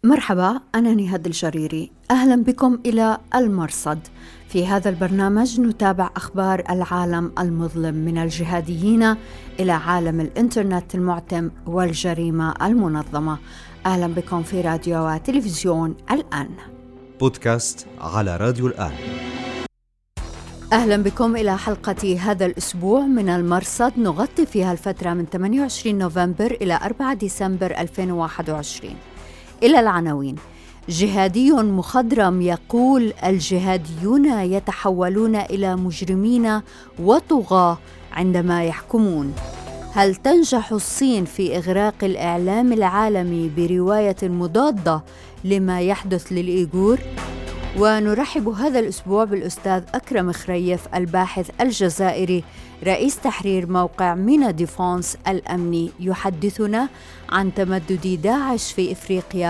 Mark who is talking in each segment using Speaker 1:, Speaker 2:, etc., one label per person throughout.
Speaker 1: مرحبا، أنا نهاد الجريري. أهلا بكم إلى المرصد. في هذا البرنامج نتابع أخبار العالم المظلم من الجهاديين إلى عالم الإنترنت المعتم والجريمة المنظمة. أهلا بكم في راديو وتلفزيون الآن.
Speaker 2: بودكاست على راديو الآن.
Speaker 1: أهلا بكم إلى حلقة هذا الأسبوع من المرصد، نغطي فيها الفترة من 28 نوفمبر إلى 4 ديسمبر 2021. إلى العناوين. جهادي مخضرم يقول الجهاديون يتحولون إلى مجرمين وطغاة عندما يحكمون. هل تنجح الصين في إغراق الإعلام العالمي برواية مضادة لما يحدث للإيغور؟ ونرحب هذا الأسبوع بالأستاذ أكرم خريف، الباحث الجزائري رئيس تحرير موقع مينا ديفونس الأمني، يحدثنا عن تمدد داعش في إفريقيا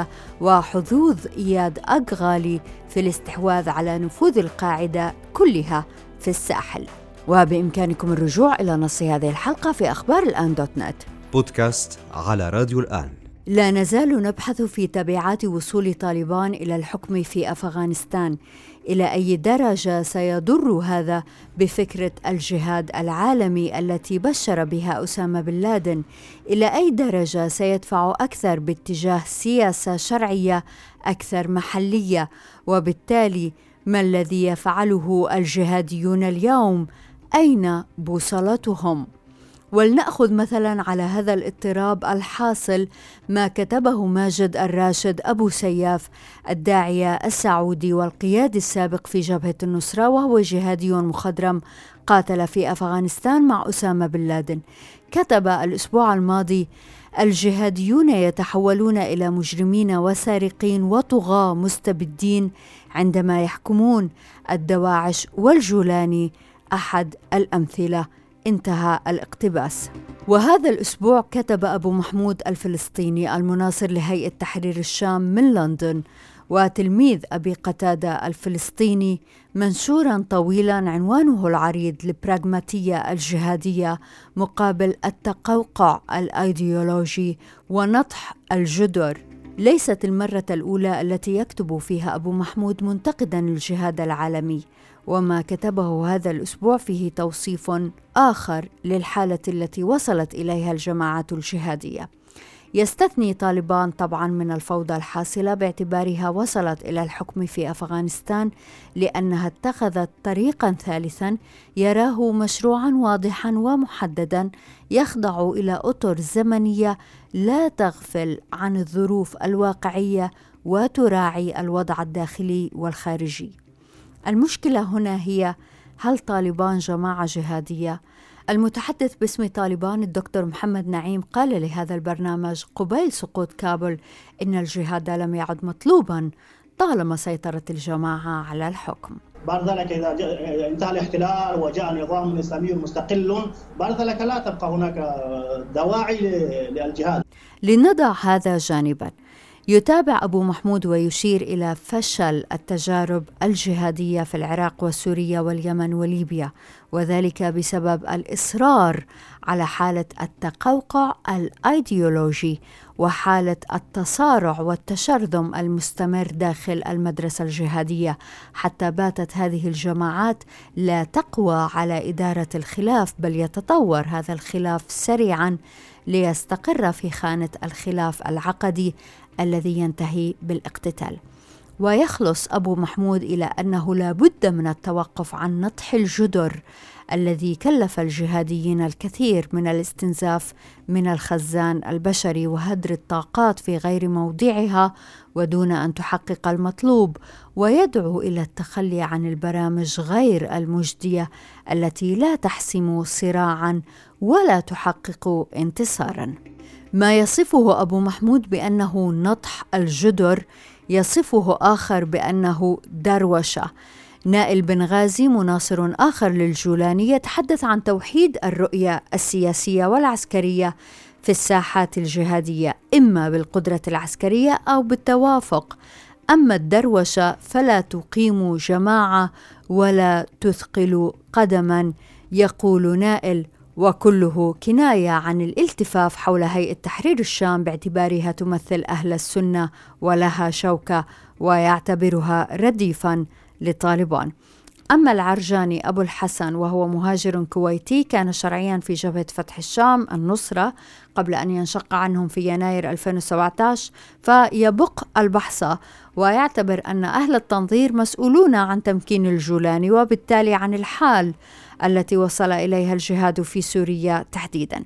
Speaker 1: وحظوظ إياد أغالي في الاستحواذ على نفوذ القاعدة كلها في الساحل. وبإمكانكم الرجوع إلى نص هذه الحلقة في أخبار الآن .net.
Speaker 2: بودكاست على راديو الآن.
Speaker 1: لا نزال نبحث في تبعات وصول طالبان إلى الحكم في أفغانستان. إلى أي درجة سيضر هذا بفكرة الجهاد العالمي التي بشر بها أسامة بن لادن؟ إلى أي درجة سيدفع أكثر باتجاه سياسة شرعية أكثر محلية؟ وبالتالي ما الذي يفعله الجهاديون اليوم؟ أين بوصلتهم؟ ولنأخذ مثلا على هذا الاضطراب الحاصل ما كتبه ماجد الراشد أبو سياف، الداعية السعودي والقيادي السابق في جبهة النصرة، وهو جهادي مخضرم قاتل في أفغانستان مع أسامة بن لادن. كتب الأسبوع الماضي: الجهاديون يتحولون إلى مجرمين وسارقين وطغاة مستبدين عندما يحكمون. الدواعش والجولاني أحد الأمثلة. انتهى الاقتباس. وهذا الأسبوع كتب أبو محمود الفلسطيني المناصر لهيئة تحرير الشام من لندن وتلميذ أبي قتادة الفلسطيني منشورا طويلا عنوانه العريض: البراغماتية الجهادية مقابل التقوقع الأيديولوجي ونطح الجدر. ليست المرة الأولى التي يكتب فيها أبو محمود منتقدا الجهاد العالمي، وما كتبه هذا الأسبوع فيه توصيف آخر للحالة التي وصلت إليها الجماعات الجهادية. يستثني طالبان طبعا من الفوضى الحاصلة باعتبارها وصلت إلى الحكم في أفغانستان لأنها اتخذت طريقا ثالثا يراه مشروعا واضحا ومحددا يخضع إلى أطر زمنية لا تغفل عن الظروف الواقعية وتراعي الوضع الداخلي والخارجي. المشكلة هنا هي: هل طالبان جماعة جهادية؟ المتحدث باسم طالبان الدكتور محمد نعيم قال لهذا البرنامج قبيل سقوط كابول إن الجهاد لم يعد مطلوبا طالما سيطرت الجماعة على الحكم.
Speaker 3: بعد ذلك إذا انتهى الاحتلال وجاء نظام إسلامي مستقل، بعد ذلك لا تبقى هناك دواعي للجهاد.
Speaker 1: لنضع هذا جانبا، يتابع أبو محمود ويشير إلى فشل التجارب الجهادية في العراق وسوريا واليمن وليبيا، وذلك بسبب الإصرار على حالة التقوقع الأيديولوجي وحالة التصارع والتشرذم المستمر داخل المدرسة الجهادية، حتى باتت هذه الجماعات لا تقوى على إدارة الخلاف، بل يتطور هذا الخلاف سريعا ليستقر في خانة الخلاف العقدي الذي ينتهي بالاقتتال. ويخلص أبو محمود إلى أنه لا بد من التوقف عن نطح الجدر الذي كلف الجهاديين الكثير من الاستنزاف من الخزان البشري وهدر الطاقات في غير موضعها ودون أن تحقق المطلوب، ويدعو إلى التخلي عن البرامج غير المجدية التي لا تحسم صراعا ولا تحقق انتصارا. ما يصفه أبو محمود بأنه نطح الجدر يصفه آخر بأنه دروشة. نائل بن غازي مناصر آخر للجولاني يتحدث عن توحيد الرؤية السياسية والعسكرية في الساحات الجهادية، إما بالقدرة العسكرية أو بالتوافق. أما الدروشة فلا تقيم جماعة ولا تثقل قدما، يقول نائل، وكله كناية عن الالتفاف حول هيئة تحرير الشام باعتبارها تمثل أهل السنة ولها شوكة ويعتبرها رديفاً لطالبان. أما العرجاني أبو الحسن وهو مهاجر كويتي كان شرعياً في جبهة فتح الشام النصرة قبل أن ينشق عنهم في يناير 2017، فيبق البحث ويعتبر أن أهل التنظير مسؤولون عن تمكين الجولاني وبالتالي عن الحال التي وصل إليها الجهاد في سوريا تحديداً.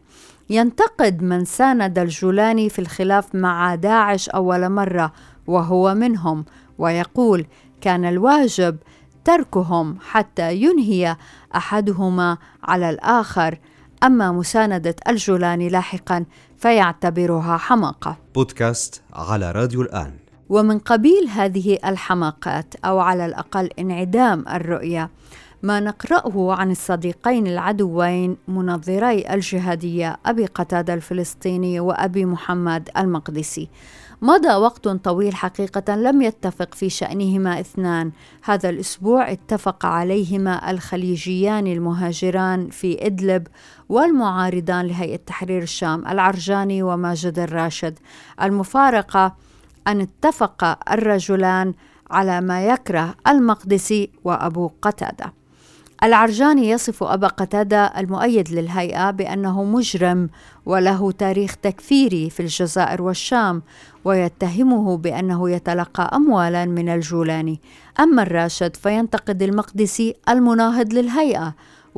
Speaker 1: ينتقد من ساند الجولاني في الخلاف مع داعش أول مرة وهو منهم، ويقول كان الواجب تركهم حتى ينهي أحدهما على الآخر، أما مساندة الجولاني لاحقا فيعتبرها حماقة.
Speaker 2: بودكاست على راديو الآن.
Speaker 1: ومن قبيل هذه الحماقات أو على الأقل انعدام الرؤية ما نقرأه عن الصديقين العدوين منظري الجهادية أبي قتادة الفلسطيني وأبي محمد المقدسي. مضى وقت طويل حقيقة لم يتفق في شأنهما اثنان. هذا الأسبوع اتفق عليهما الخليجيان المهاجران في إدلب والمعارضان لهيئة تحرير الشام العرجاني وماجد الراشد. المفارقة أن اتفق الرجلان على ما يكره المقدسي وأبو قتادة. العرجاني يصف أبا قتادة المؤيد للهيئة بأنه مجرم وله تاريخ تكفيري في الجزائر والشام، ويتهمه بأنه يتلقى أموالا من الجولاني. أما الراشد فينتقد المقدسي المناهض للهيئة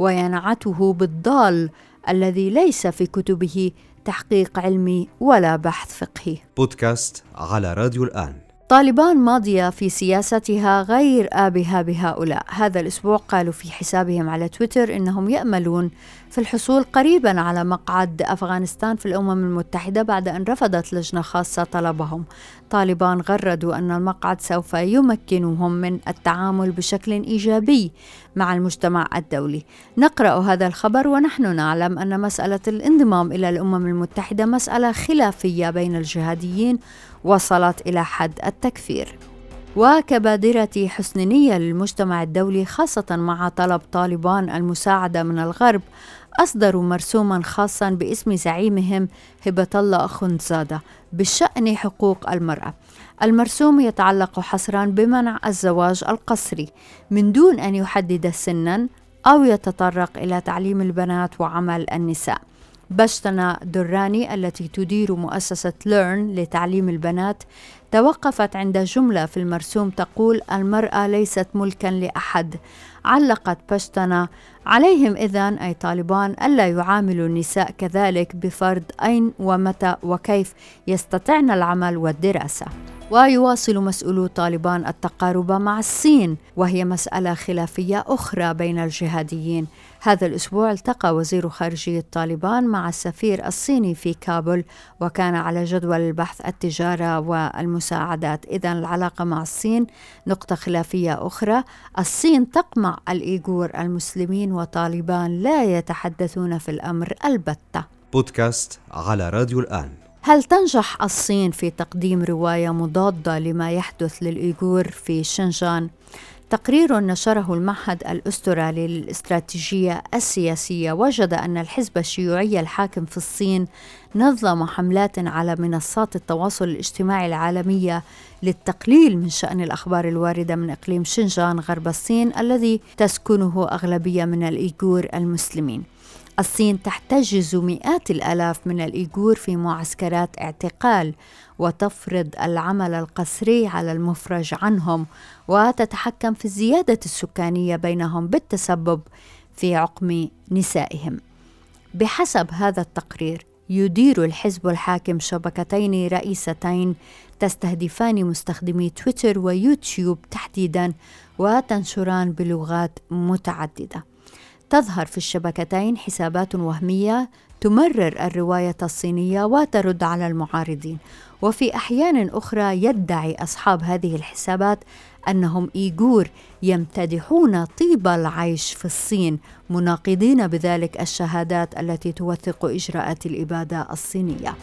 Speaker 1: وينعته بالضال الذي ليس في كتبه تحقيق علمي ولا بحث فقهي.
Speaker 2: بودكاست على راديو الآن.
Speaker 1: طالبان ماضية في سياستها غير آبهة بهؤلاء. هذا الأسبوع قالوا في حسابهم على تويتر إنهم يأملون في الحصول قريبا على مقعد أفغانستان في الأمم المتحدة بعد أن رفضت لجنة خاصة طلبهم. طالبان غردوا أن المقعد سوف يمكنهم من التعامل بشكل إيجابي مع المجتمع الدولي. نقرأ هذا الخبر ونحن نعلم أن مسألة الانضمام إلى الأمم المتحدة مسألة خلافية بين الجهاديين وصلت إلى حد التكفير. وكبادرة حسن نية للمجتمع الدولي خاصة مع طلب طالبان المساعدة من الغرب أصدروا مرسوما خاصا باسم زعيمهم هبة الله أخندزادة بشأن حقوق المرأة. المرسوم يتعلق حصرا بمنع الزواج القسري من دون أن يحدد سنا أو يتطرق إلى تعليم البنات وعمل النساء. بشتنا دراني التي تدير مؤسسة ليرن لتعليم البنات توقفت عند جملة في المرسوم تقول المرأة ليست ملكا لأحد. علقت بشتنا عليهم إذن أي طالبان ألا يعاملوا النساء كذلك بفرض أين ومتى وكيف يستطعن العمل والدراسة. ويواصل مسؤولو طالبان التقارب مع الصين وهي مسألة خلافية أخرى بين الجهاديين. هذا الأسبوع التقى وزير خارجية طالبان مع السفير الصيني في كابول وكان على جدول البحث التجارة والمساعدات. إذن العلاقة مع الصين نقطة خلافية أخرى. الصين تقمع الإيغور المسلمين وطالبان لا يتحدثون في الأمر البتة.
Speaker 2: بودكاست على راديو الآن.
Speaker 1: هل تنجح الصين في تقديم رواية مضادة لما يحدث للإيغور في شنجان؟ تقرير نشره المعهد الأسترالي للاستراتيجية السياسية وجد أن الحزب الشيوعي الحاكم في الصين نظم حملات على منصات التواصل الاجتماعي العالمية للتقليل من شأن الأخبار الواردة من إقليم شنجان غرب الصين الذي تسكنه أغلبية من الإيغور المسلمين. الصين تحتجز مئات الآلاف من الإيغور في معسكرات اعتقال وتفرض العمل القسري على المفرج عنهم وتتحكم في الزيادة السكانية بينهم بالتسبب في عقم نسائهم. بحسب هذا التقرير يدير الحزب الحاكم شبكتين رئيستين تستهدفان مستخدمي تويتر ويوتيوب تحديدا وتنشران بلغات متعددة. تظهر في الشبكتين حسابات وهمية تمرر الرواية الصينية وترد على المعارضين، وفي أحيان أخرى يدعي أصحاب هذه الحسابات أنهم إيغور يمتدحون طيب العيش في الصين مناقضين بذلك الشهادات التي توثق إجراءات الإبادة الصينية.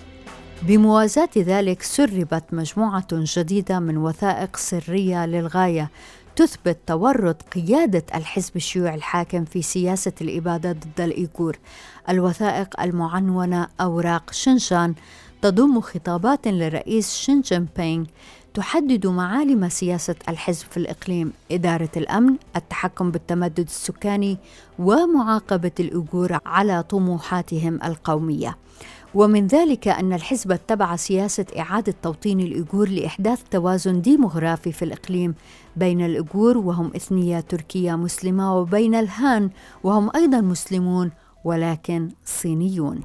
Speaker 1: بموازاة ذلك سربت مجموعة جديدة من وثائق سرية للغاية تثبت تورط قيادة الحزب الشيوعي الحاكم في سياسة الإبادة ضد الإيغور. الوثائق المعنونة أوراق شينجان تضم خطابات للرئيس شين جين بينغ تحدد معالم سياسة الحزب في الإقليم: إدارة الأمن، التحكم بالتمدد السكاني، ومعاقبة الأيغور على طموحاتهم القومية. ومن ذلك أن الحزب اتبع سياسة إعادة توطين الأيغور لإحداث توازن ديمغرافي في الإقليم بين الأيغور وهم إثنية تركية مسلمة وبين الهان وهم أيضا مسلمون ولكن صينيون.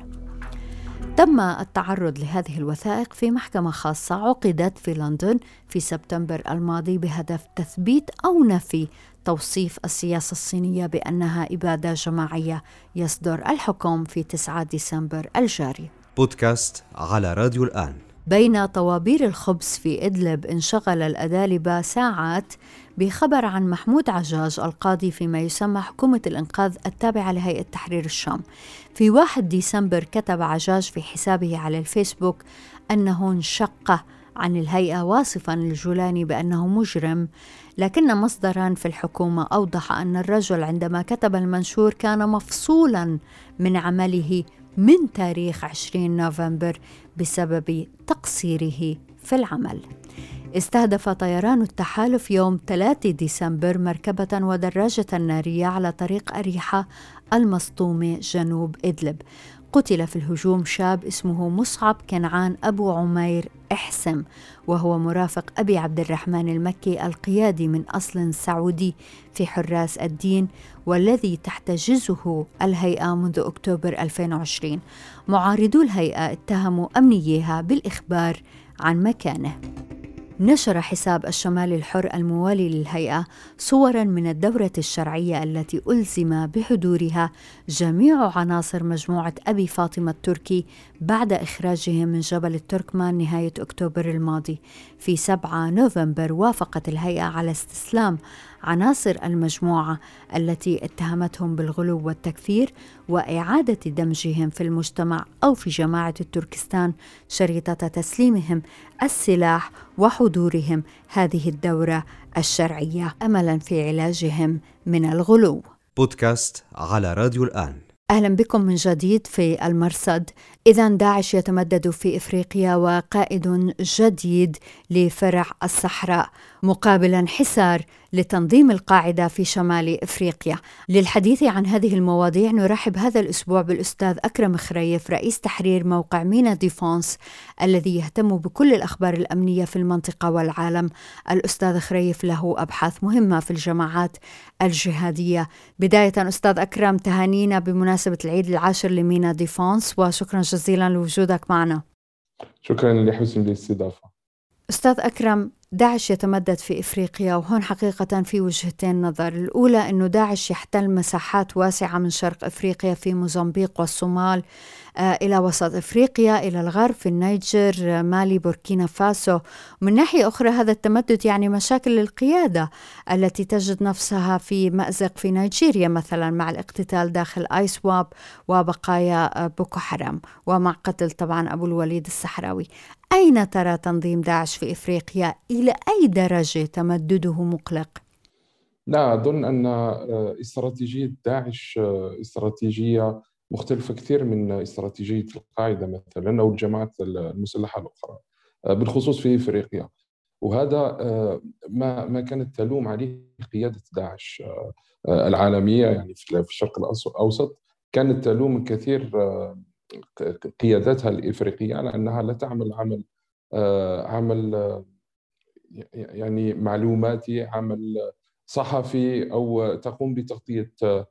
Speaker 1: تم التعرض لهذه الوثائق في محكمة خاصة عقدت في لندن في سبتمبر الماضي بهدف تثبيت أو نفي توصيف السياسة الصينية بأنها إبادة جماعية يصدر الحكم في 9 ديسمبر الجاري.
Speaker 2: بودكاست على راديو الآن.
Speaker 1: بين طوابير الخبز في إدلب انشغل الأدالبة ساعات بخبر عن محمود عجاج القاضي فيما يسمى حكومة الإنقاذ التابعة لهيئة تحرير الشام. في 1 ديسمبر كتب عجاج في حسابه على الفيسبوك أنه انشق عن الهيئة واصفاً الجولاني بأنه مجرم، لكن مصدراً في الحكومة أوضح أن الرجل عندما كتب المنشور كان مفصولاً من عمله من تاريخ 20 نوفمبر بسبب تقصيره في العمل. استهدف طيران التحالف يوم 3 ديسمبر مركبة ودراجة نارية على طريق أريحة المسطومة جنوب إدلب. قتل في الهجوم شاب اسمه مصعب كنعان أبو عمير إحسم، وهو مرافق أبي عبد الرحمن المكي القيادي من أصل سعودي في حراس الدين، والذي تحتجزه الهيئة منذ أكتوبر 2020. معارضو الهيئة اتهموا أمنييها بالإخبار عن مكانه. نشر حساب الشمال الحر الموالي للهيئة صوراً من الدورة الشرعية التي ألزم بحضورها جميع عناصر مجموعة أبي فاطمة التركي بعد إخراجهم من جبل التركمان نهاية أكتوبر الماضي. في 7 نوفمبر وافقت الهيئة على استسلام عناصر المجموعة التي اتهمتهم بالغلو والتكفير وإعادة دمجهم في المجتمع أو في جماعة التركستان شريطة تسليمهم السلاح وحضورهم هذه الدورة الشرعية أملاً في علاجهم من الغلو.
Speaker 2: بودكاست على راديو الآن.
Speaker 1: أهلا بكم من جديد في المرصد. إذا داعش يتمدد في إفريقيا وقائد جديد لفرع الصحراء مقابل انحسار لتنظيم القاعدة في شمال إفريقيا. للحديث عن هذه المواضيع نرحب هذا الأسبوع بالأستاذ أكرم خريف رئيس تحرير موقع مينا ديفونس الذي يهتم بكل الأخبار الأمنية في المنطقة والعالم. الأستاذ خريف له أبحاث مهمة في الجماعات الجهادية. بداية أستاذ أكرم، تهانينا بمناسبة العيد العاشر لمينا ديفونس وشكرا جزيلا لوجودك معنا.
Speaker 4: شكرا لحسن الاستضافة.
Speaker 1: أستاذ أكرم، داعش يتمدد في إفريقيا، وهون حقيقة في وجهتين نظر. الأولى أنه داعش يحتل مساحات واسعة من شرق إفريقيا في موزمبيق والصومال إلى وسط إفريقيا إلى الغرب في النيجر مالي بوركينا فاسو. من ناحية أخرى هذا التمدد يعني مشاكل للقيادة التي تجد نفسها في مأزق في نيجيريا مثلا مع الاقتتال داخل آيسواب وبقايا بوكو حرام ومع قتل طبعا أبو الوليد الصحراوي. أين ترى تنظيم داعش في إفريقيا؟ إلى أي درجة تمدده مقلق؟
Speaker 4: لا أظن أن استراتيجية داعش استراتيجية مختلفة كثير من استراتيجية القاعدة مثلا أو الجماعات المسلحة الأخرى بالخصوص في إفريقيا. وهذا ما كانت تلوم عليه قيادة داعش العالمية، يعني في الشرق الأوسط كانت تلوم الكثير قياداتها الإفريقية على أنها لا تعمل عمل يعني معلوماتي، عمل صحفي، أو تقوم بتغطية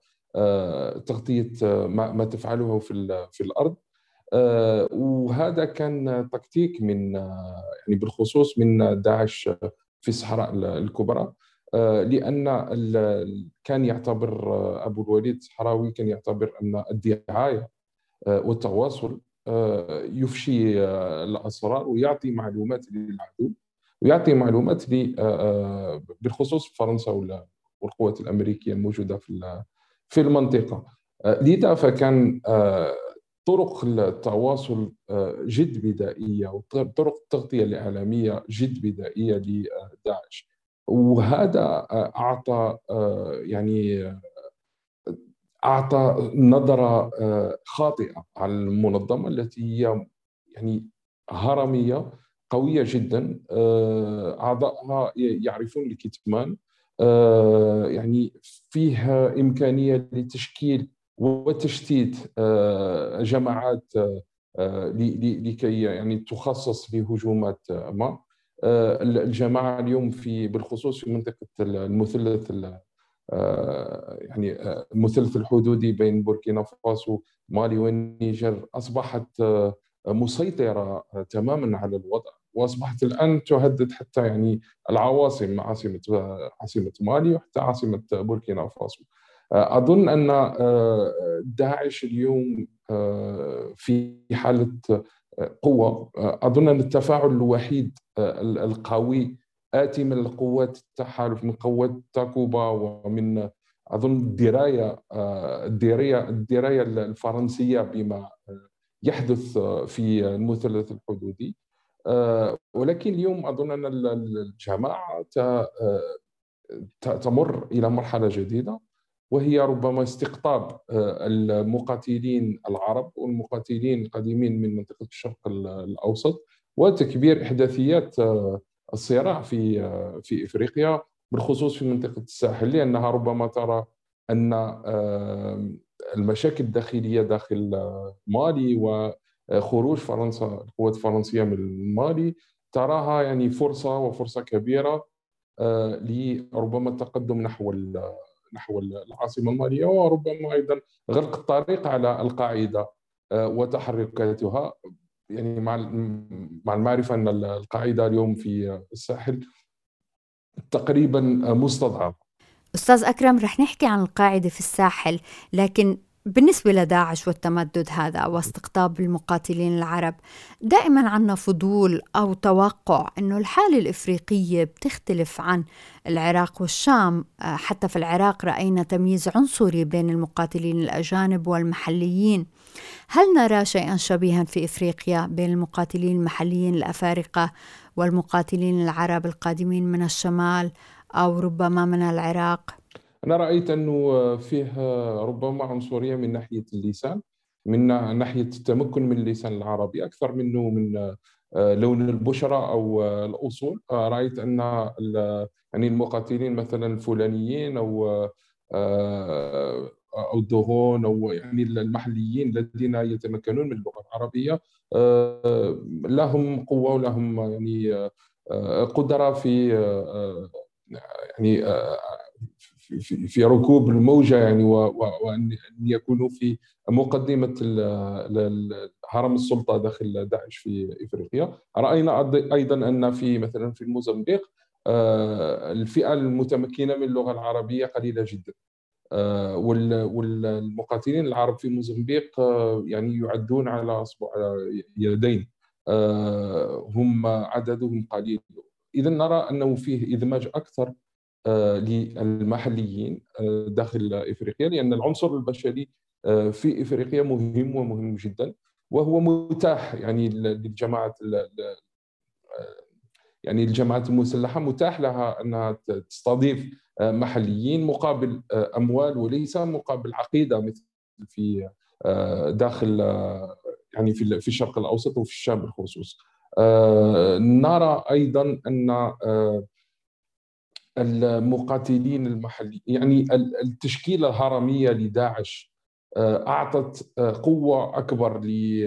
Speaker 4: ما تفعله في الأرض. وهذا كان تكتيك من يعني بالخصوص من داعش في الصحراء الكبرى، لأن كان يعتبر أبو الوليد الصحراوي كان يعتبر أن الدعاية والتواصل يفشي الأسرار ويعطي معلومات للعدو ويعطي معلومات بالخصوص فرنسا والقوات الأمريكية الموجودة في المنطقة. لذا فكان طرق التواصل جد بدائية وطرق التغطية الإعلامية جد بدائية لداعش. وهذا أعطى نظرة خاطئة على المنظمة التي هي يعني هرمية قوية جدا. أعضائها يعرفون الكتمان، يعني فيها إمكانية لتشكيل وتشتيت جماعات لكي يعني تخصص لهجومات ما. الجماعة اليوم بالخصوص في منطقة المثلث المثلث الحدودي بين بوركينا فاسو، مالي والنيجر، أصبحت مسيطرة تماما على الوضع، وأصبحت الآن تهدد حتى يعني العواصم، عاصمة مالي وحتى عاصمة بوركينا فاسو. أظن أن داعش اليوم في حالة قوة. أظن أن التفاعل الوحيد القوي آتي من القوات التحالف، من قوات تاكوبا، ومن أظن الدراية الفرنسية بما يحدث في المثلث الحدودي. ولكن اليوم أظن أن الجماعة تمر إلى مرحلة جديدة، وهي ربما استقطاب المقاتلين العرب والمقاتلين القديمين من منطقة الشرق الأوسط، وتكبير إحداثيات الصراع في إفريقيا، بالخصوص في منطقة الساحل، لأنها ربما ترى أن المشاكل الداخلية داخل مالي وخروج فرنسا، القوات الفرنسية من مالي، تراها يعني فرصة كبيرة لربما التقدم نحو العاصمة المالية، وربما أيضا غلق الطريق على القاعدة وتحركاتها، يعني مع المعرفة أن القاعدة اليوم في الساحل تقريبا مستضعف.
Speaker 1: أستاذ أكرم، رح نحكي عن القاعدة في الساحل، لكن بالنسبة لداعش والتمدد هذا واستقطاب المقاتلين العرب، دائما عنا فضول أو توقع أنه الحالة الإفريقية بتختلف عن العراق والشام. حتى في العراق رأينا تمييز عنصري بين المقاتلين الأجانب والمحليين. هل نرى شيئا شبيها في إفريقيا بين المقاتلين المحليين الأفارقة والمقاتلين العرب القادمين من الشمال أو ربما من العراق؟
Speaker 4: أنا رأيت أنه فيه ربما عنصرية من ناحية اللسان، من ناحية التمكن من اللسان العربي أكثر منه من لون البشرة أو الأصول. رأيت أن يعني المقاتلين مثلا الفلانيين أو الدغون أو يعني المحليين الذين يتمكنون من اللغة العربية لهم قوة ولهم يعني قدرة في يعني في ركوب الموجة، يعني وأن يكونوا في مقدمة هرم السلطة داخل داعش في إفريقيا. رأينا أيضا أن مثلا في الموزمبيق الفئة المتمكنة من اللغة العربية قليلة جدا، والمقاتلين العرب في موزمبيق يعني يعدون على أصبع يدين، هم عددهم قليل. إذا نرى أنه فيه إدماج أكثر للمحليين داخل إفريقيا، لأن العنصر البشري في إفريقيا مهم ومهم جدا، وهو متاح يعني للجماعات يعني الجماعات المسلحة متاح لها أنها تستضيف محليين مقابل أموال وليس مقابل عقيدة، مثل في داخل يعني في الشرق الأوسط وفي الشام بالخصوص. نرى أيضا أن المقاتلين المحليين، يعني التشكيلة الهرمية لداعش أعطت قوة أكبر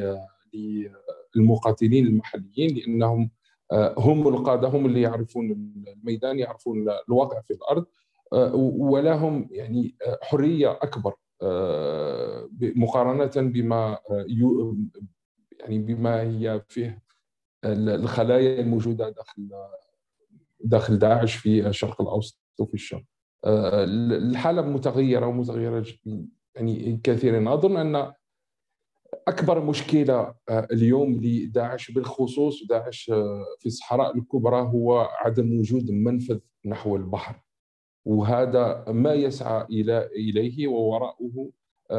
Speaker 4: للمقاتلين المحليين، لأنهم هم القادة، هم اللي يعرفون الميدان، يعرفون الواقع في الأرض، ولهم يعني حرية أكبر مقارنة بما يعني بما هي فيه الخلايا الموجودة داخل داعش في الشرق الأوسط وفي الشام. الحالة متغيرة يعني كثيرا. أظن أن أكبر مشكلة اليوم لداعش بالخصوص، داعش في الصحراء الكبرى، هو عدم وجود منفذ نحو البحر، وهذا ما يسعى إليه ووراءه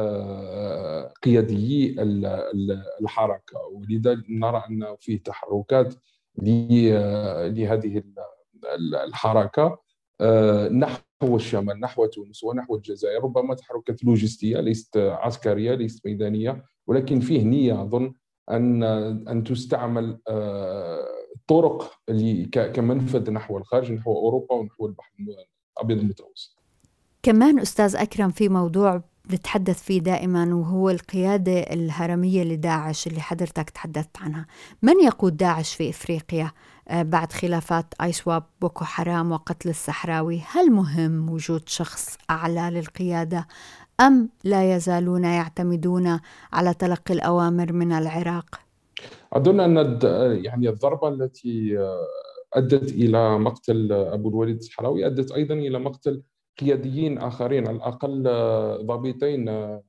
Speaker 4: قياديي الحركة، ولذا نرى أن فيه تحركات لهذه الحركة نحو الشمال، نحو تونس ونحو الجزائر. ربما تحركات لوجستية ليست عسكرية، ليست ميدانية، ولكن فيه نية أظن أن تستعمل طرق كمنفذ نحو الخارج، نحو أوروبا ونحو البحر الأبيض المتوسط.
Speaker 1: كمان أستاذ أكرم، في موضوع نتحدث فيه دائما وهو القيادة الهرمية لداعش اللي حضرتك تحدثت عنها. من يقود داعش في إفريقيا بعد خلافات آيسواب، بوكو حرام وقتل السحراوي؟ هل مهم وجود شخص أعلى للقيادة أم لا يزالون يعتمدون على تلقي الأوامر من العراق؟
Speaker 4: أظن أن يعني الضربة التي أدت إلى مقتل أبو الوليد الصحراوي أدت أيضا إلى مقتل قياديين آخرين، على الأقل ضابطين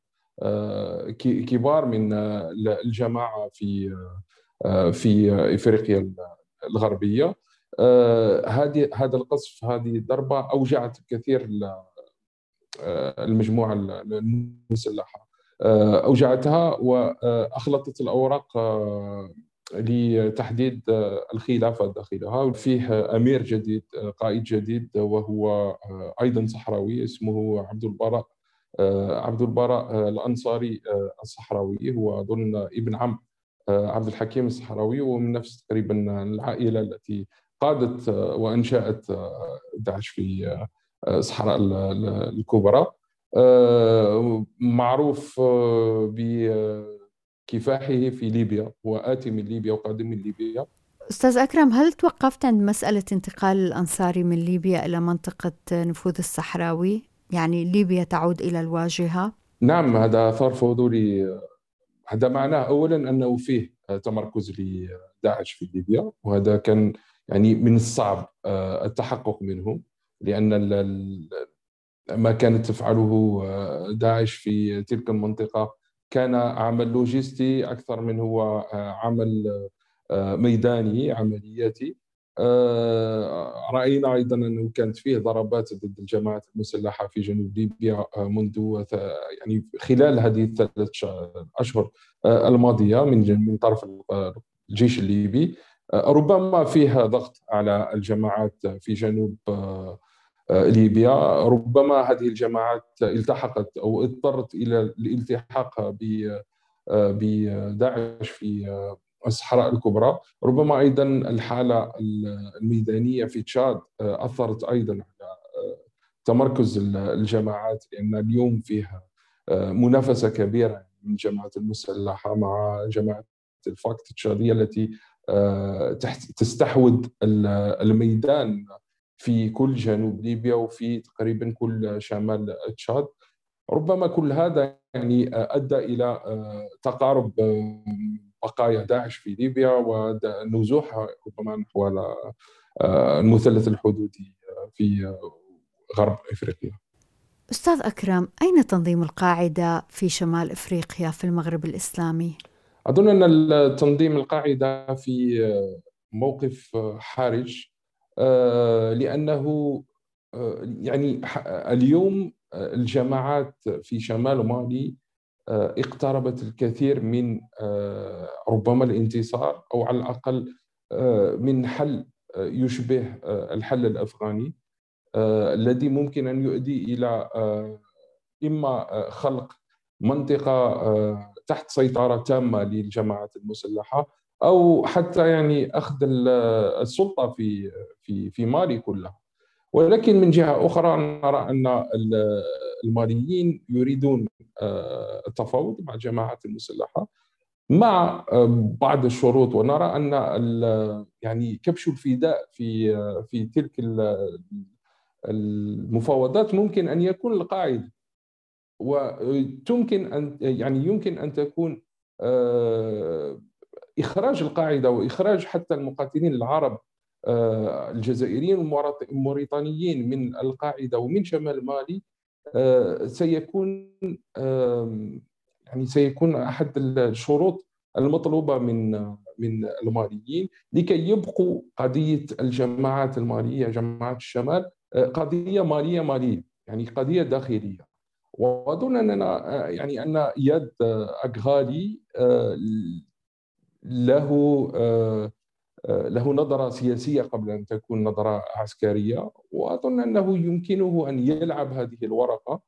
Speaker 4: كبار من الجماعة في إفريقيا الغربية. هذا القصف، هذه الضربة أوجعت كثير المجموعة المسلحة، أوجعتها وأخلطت الأوراق لتحديد الخلافة داخلها. فيه أمير جديد، قائد جديد، وهو أيضا صحراوي، اسمه عبد البراء الأنصاري الصحراوي. هو أظن ابن عم عبد الحكيم الصحراوي، ومن نفس تقريبا العائلة التي قادت وأنشأت داعش في الصحراء الكبرى. معروف بكفاحه في ليبيا، وآتي من ليبيا وقادم من ليبيا.
Speaker 1: أستاذ أكرم، هل توقفت عند مسألة انتقال الأنصاري من ليبيا إلى منطقة نفوذ الصحراوي؟ يعني ليبيا تعود إلى الواجهة؟
Speaker 4: نعم، هذا أثار فضولي. هذا معناه أولا أنه فيه تمركز لداعش في ليبيا، وهذا كان يعني من الصعب التحقق منه، لأن ما كانت تفعله داعش في تلك المنطقة كان عمل لوجستي أكثر من هو عمل ميداني عملياتي. رأينا أيضا أنه كانت فيه ضربات ضد الجماعات المسلحة في جنوب ليبيا منذ يعني خلال هذه الثلاث أشهر الماضية من طرف الجيش الليبي. ربما فيها ضغط على الجماعات في جنوب ليبيا. ربما هذه الجماعات التحقت أو اضطرت إلى الالتحاق بداعش في الصحراء الكبرى. ربما أيضا الحالة الميدانية في تشاد أثرت أيضا على تمركز الجماعات، لأن اليوم فيها منافسة كبيرة من الجماعات المسلحة مع جماعة الفاكت التشادية التي تستحوذ الميدان في كل جنوب ليبيا وفي تقريبا كل شمال تشاد. ربما كل هذا يعني أدى إلى تقارب بقايا داعش في ليبيا ونزوحها ربما نحو المثلث الحدودي في غرب إفريقيا.
Speaker 1: أستاذ أكرم، أين تنظيم القاعدة في شمال إفريقيا في المغرب الإسلامي؟
Speaker 4: أظن أن تنظيم القاعدة في موقف حرج، لأنه يعني اليوم الجماعات في شمال مالي اقتربت الكثير من ربما الانتصار، أو على الأقل من حل يشبه الحل الأفغاني، الذي ممكن أن يؤدي إلى إما خلق منطقة تحت سيطرة تامة للجماعات المسلحة، أو حتى يعني أخذ السلطة في مالي كلها. ولكن من جهة أخرى نرى أن الماليين يريدون التفاوض مع الجماعات المسلحة مع بعض الشروط، ونرى أن يعني كبش الفداء في تلك المفاوضات ممكن أن يكون القاعدة، وتمكن أن يعني يمكن أن تكون إخراج القاعدة وإخراج حتى المقاتلين العرب الجزائريين والموريتانيين من القاعدة ومن شمال مالي سيكون أحد الشروط المطلوبة من الماليين لكي يبقوا قضية الجماعات المالية، جماعات الشمال، قضية مالية، يعني قضية داخلية. وأظن أننا يعني أن إياد أغالي له له نظرة سياسية قبل أن تكون نظرة عسكرية، وأظن أنه يمكنه أن يلعب هذه الورقة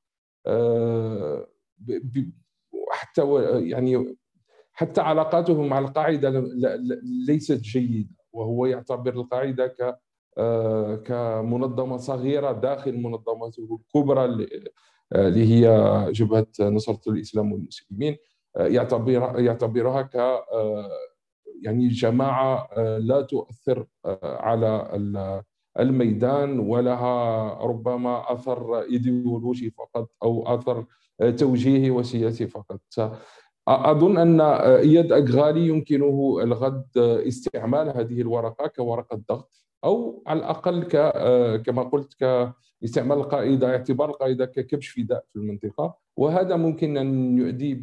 Speaker 4: حتى يعني حتى علاقاته مع القاعدة ليست جيدة، وهو يعتبر القاعدة كمنظمة صغيرة داخل منظمته الكبرى اللي هي جبهة نصرة الإسلام والمسلمين. يعتبرها يعني جماعة لا تؤثر على الميدان، ولها ربما أثر إيديولوجي فقط أو أثر توجيهي وسياسي فقط. أظن أن إياد أغالي يمكنه الغد استعمال هذه الورقة كورقة ضغط، أو على الأقل كما قلت كاستعمال القاعدة، اعتبار القاعدة ككبش فداء في المنطقة، وهذا ممكن أن يؤدي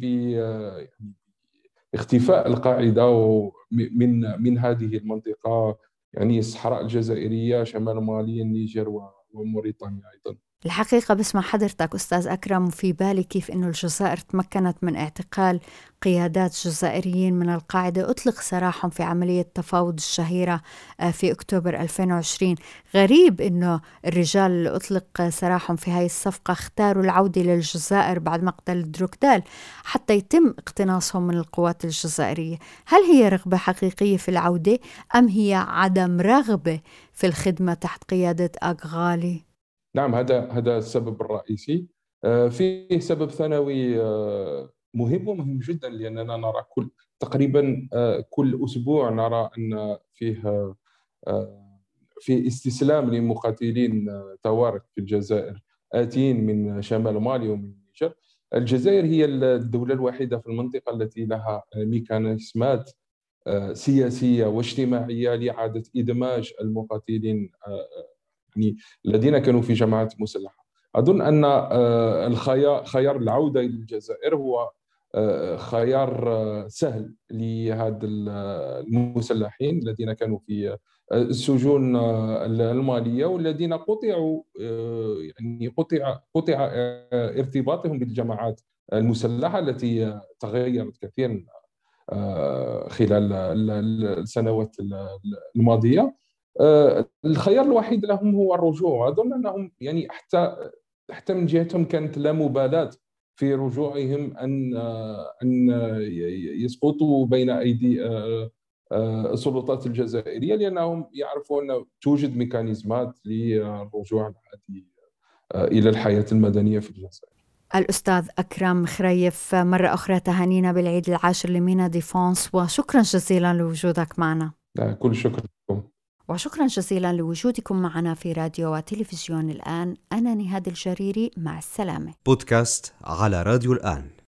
Speaker 4: باختفاء القاعدة من هذه المنطقة، يعني الصحراء الجزائرية، شمال مالي، النيجر وموريتانيا أيضا.
Speaker 1: الحقيقة بسمع حضرتك أستاذ أكرم في بالي كيف أنه الجزائر تمكنت من اعتقال قيادات جزائريين من القاعدة أطلق سراحهم في عملية التفاوض الشهيرة في أكتوبر 2020. غريب أنه الرجال اللي أطلق سراحهم في هاي الصفقة اختاروا العودة للجزائر بعد مقتل دروكدال حتى يتم اقتناصهم من القوات الجزائرية. هل هي رغبة حقيقية في العودة أم هي عدم رغبة في الخدمة تحت قيادة أغالي؟
Speaker 4: نعم، هذا السبب الرئيسي. فيه سبب ثانوي مهم جدا، لأننا نرى تقريبا كل أسبوع نرى أن فيه في استسلام لمقاتلين توارق في الجزائر آتين من شمال مالي ومن النيجر. الجزائر هي الدولة الوحيدة في المنطقة التي لها ميكانيزمات سياسية واجتماعية لإعادة إدماج المقاتلين يعني الذين كانوا في جماعات مسلحة. أظن أن خيار العودة إلى الجزائر هو خيار سهل لهذا المسلحين الذين كانوا في السجون المالية، والذين قطع ارتباطهم بالجماعات المسلحة التي تغيرت كثيرا خلال السنوات الماضية. الخيار الوحيد لهم هو الرجوع. أظن أنهم يعني حتى من جهتهم كانت لا مبالاة في رجوعهم أن يسقطوا بين أيدي السلطات الجزائرية، لأنهم يعرفون أن توجد ميكانيزمات للرجوع العادي إلى الحياة المدنية في الجزائر.
Speaker 1: الأستاذ أكرم خريف، مرة أخرى تهانينا بالعيد العاشر لمينا ديفونس، وشكرا جزيلا لوجودك معنا.
Speaker 4: كل شكر لكم.
Speaker 1: وشكرا جزيلا لوجودكم معنا في راديو وتلفزيون الآن. أنا نهاد الجريري، مع السلامة.
Speaker 2: بودكاست على راديو الآن.